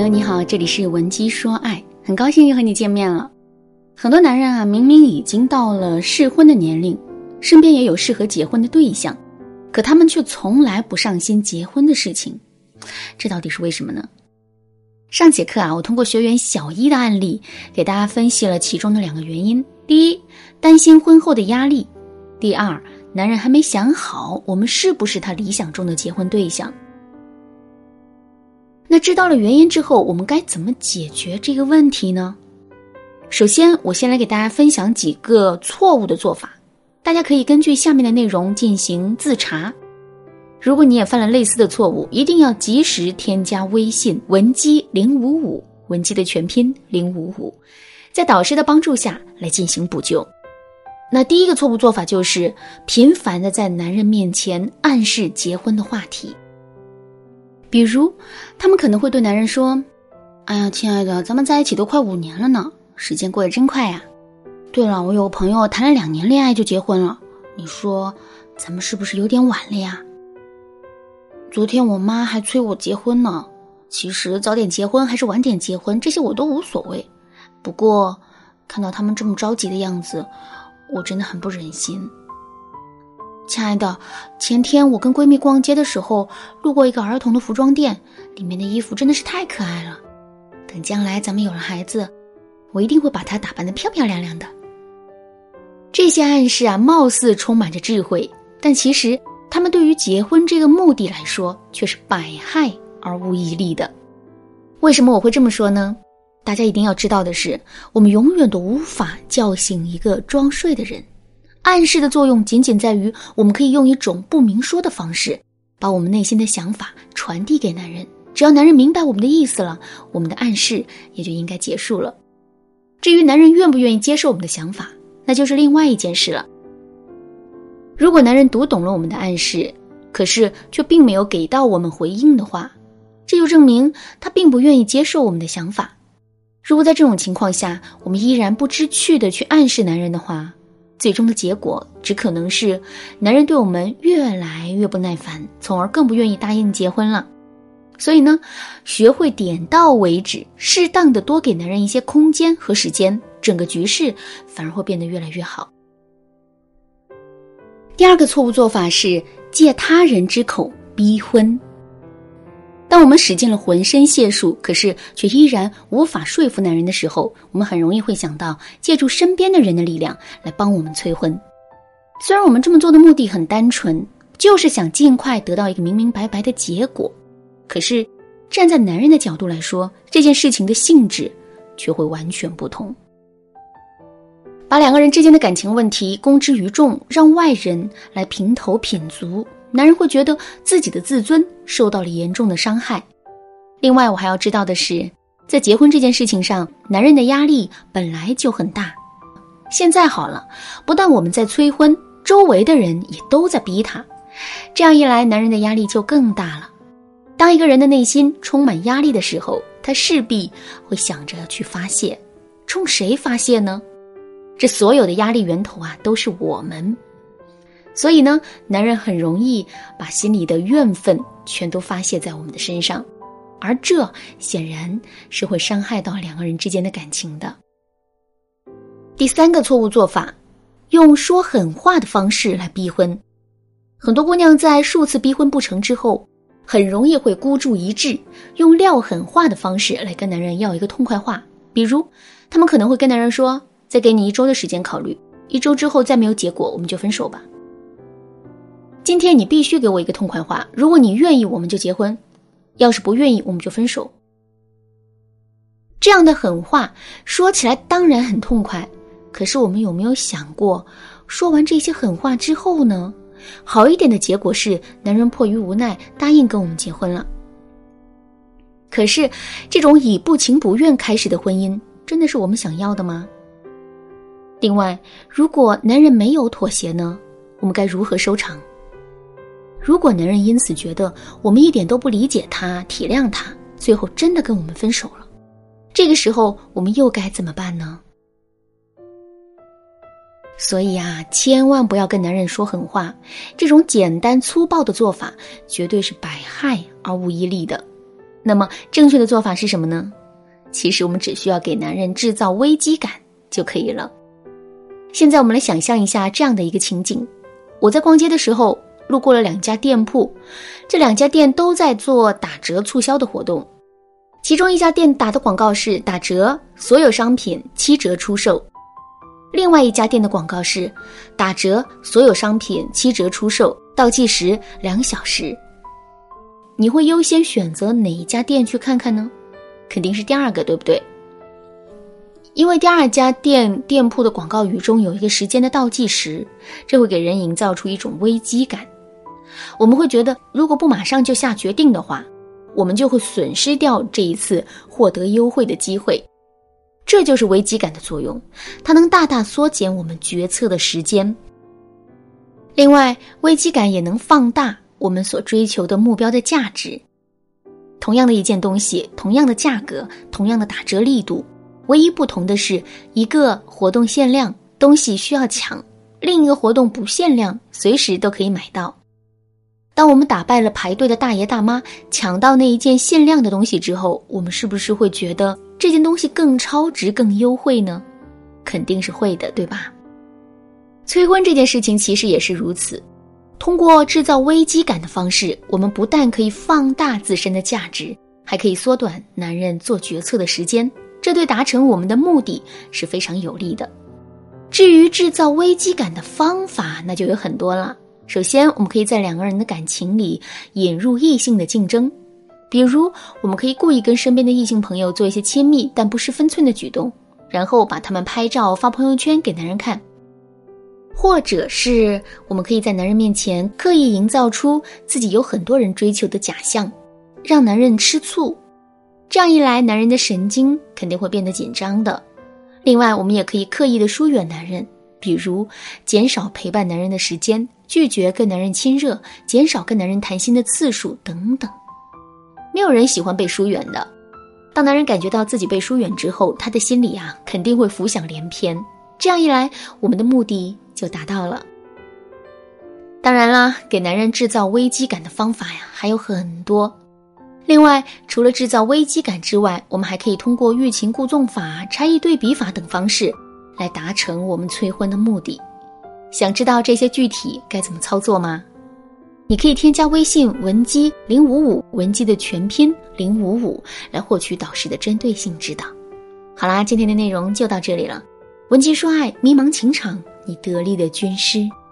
Hello， 你好，这里是文姬说爱，很高兴又和你见面了。很多男人啊，明明已经到了适婚的年龄，身边也有适合结婚的对象，可他们却从来不上心结婚的事情，这到底是为什么呢？上节课啊，我通过学员小一的案例，给大家分析了其中的2个原因。第一，担心婚后的压力；第二，男人还没想好我们是不是他理想中的结婚对象。那知道了原因之后，我们该怎么解决这个问题呢？首先，我先来给大家分享几个错误的做法，大家可以根据下面的内容进行自查。如果你也犯了类似的错误，一定要及时添加微信文姬055，文姬的全拼055，在导师的帮助下来进行补救。那第一个错误做法就是频繁的在男人面前暗示结婚的话题。比如他们可能会对男人说，哎呀亲爱的，咱们在一起都快5年了呢，时间过得真快呀。对了，我有个朋友谈了2年恋爱就结婚了，你说咱们是不是有点晚了呀？昨天我妈还催我结婚呢，其实早点结婚还是晚点结婚，这些我都无所谓，不过看到他们这么着急的样子，我真的很不忍心。亲爱的，前天我跟闺蜜逛街的时候，路过一个儿童的服装店，里面的衣服真的是太可爱了，等将来咱们有了孩子，我一定会把她打扮得漂漂亮亮的。这些暗示啊，貌似充满着智慧，但其实他们对于结婚这个目的来说却是百害而无一利的。为什么我会这么说呢？大家一定要知道的是，我们永远都无法叫醒一个装睡的人。暗示的作用仅仅在于我们可以用一种不明说的方式，把我们内心的想法传递给男人，只要男人明白我们的意思了，我们的暗示也就应该结束了。至于男人愿不愿意接受我们的想法，那就是另外一件事了。如果男人读懂了我们的暗示，可是却并没有给到我们回应的话，这就证明他并不愿意接受我们的想法。如果在这种情况下，我们依然不知趣地去暗示男人的话，最终的结果只可能是男人对我们越来越不耐烦，从而更不愿意答应结婚了。所以呢，学会点到为止，适当的多给男人一些空间和时间，整个局势反而会变得越来越好。第二个错误做法是借他人之口逼婚。当我们使尽了浑身解数，可是却依然无法说服男人的时候，我们很容易会想到借助身边的人的力量来帮我们催婚。虽然我们这么做的目的很单纯，就是想尽快得到一个明明白白的结果，可是站在男人的角度来说，这件事情的性质却会完全不同。把2个人之间的感情问题公之于众，让外人来评头品足，男人会觉得自己的自尊受到了严重的伤害。另外我还要知道的是，在结婚这件事情上，男人的压力本来就很大。现在好了，不但我们在催婚，周围的人也都在逼他，这样一来，男人的压力就更大了。当一个人的内心充满压力的时候，他势必会想着去发泄。冲谁发泄呢？这所有的压力源头啊，都是我们。所以呢，男人很容易把心里的怨愤全都发泄在我们的身上，而这显然是会伤害到2个人之间的感情的。第3个错误做法，用说狠话的方式来逼婚。很多姑娘在数次逼婚不成之后，很容易会孤注一掷，用撂狠话的方式来跟男人要一个痛快话。比如他们可能会跟男人说，再给你1周的时间考虑，1周之后再没有结果，我们就分手吧。今天你必须给我一个痛快话，如果你愿意我们就结婚，要是不愿意我们就分手。这样的狠话说起来当然很痛快，可是我们有没有想过，说完这些狠话之后呢？好一点的结果是男人迫于无奈答应跟我们结婚了。可是这种以不情不愿开始的婚姻，真的是我们想要的吗？另外，如果男人没有妥协呢，我们该如何收场？如果男人因此觉得我们一点都不理解他、体谅他，最后真的跟我们分手了，这个时候我们又该怎么办呢？所以啊，千万不要跟男人说狠话，这种简单粗暴的做法绝对是百害而无一利的。 那么正确的做法是什么呢？其实我们只需要给男人制造危机感就可以了。现在我们来想象一下这样的一个情景，我在逛街的时候路过了2家店铺，这2家店都在做打折促销的活动。其中一家店打的广告是打折，所有商品7折出售。另外一家店的广告是打折，所有商品7折出售，倒计时2小时。你会优先选择哪一家店去看看呢？肯定是第二个，对不对？因为第二家店铺的广告语中有一个时间的倒计时，这会给人营造出一种危机感。我们会觉得，如果不马上就下决定的话，我们就会损失掉这一次获得优惠的机会。这就是危机感的作用，它能大大缩减我们决策的时间。另外，危机感也能放大我们所追求的目标的价值。同样的一件东西，同样的价格，同样的打折力度，唯一不同的是，一个活动限量，东西需要抢；另一个活动不限量，随时都可以买到。当我们打败了排队的大爷大妈，抢到那一件限量的东西之后，我们是不是会觉得这件东西更超值、更优惠呢？肯定是会的，对吧？催婚这件事情其实也是如此。通过制造危机感的方式，我们不但可以放大自身的价值，还可以缩短男人做决策的时间，这对达成我们的目的是非常有利的。至于制造危机感的方法，那就有很多了。首先，我们可以在2个人的感情里引入异性的竞争，比如我们可以故意跟身边的异性朋友做一些亲密但不失分寸的举动，然后把他们拍照发朋友圈给男人看。或者是我们可以在男人面前刻意营造出自己有很多人追求的假象，让男人吃醋。这样一来，男人的神经肯定会变得紧张的。另外，我们也可以刻意的疏远男人，比如减少陪伴男人的时间，拒绝跟男人亲热，减少跟男人谈心的次数等等。没有人喜欢被疏远的。当男人感觉到自己被疏远之后，他的心里肯定会浮想联翩。这样一来，我们的目的就达到了。当然啦，给男人制造危机感的方法还有很多。另外，除了制造危机感之外，我们还可以通过欲擒故纵法、差异对比法等方式来达成我们催婚的目的。想知道这些具体该怎么操作吗？你可以添加微信文姬055，文姬的全拼055，来获取导师的针对性指导。好啦，今天的内容就到这里了。文姬说爱，迷茫情场，你得力的军师。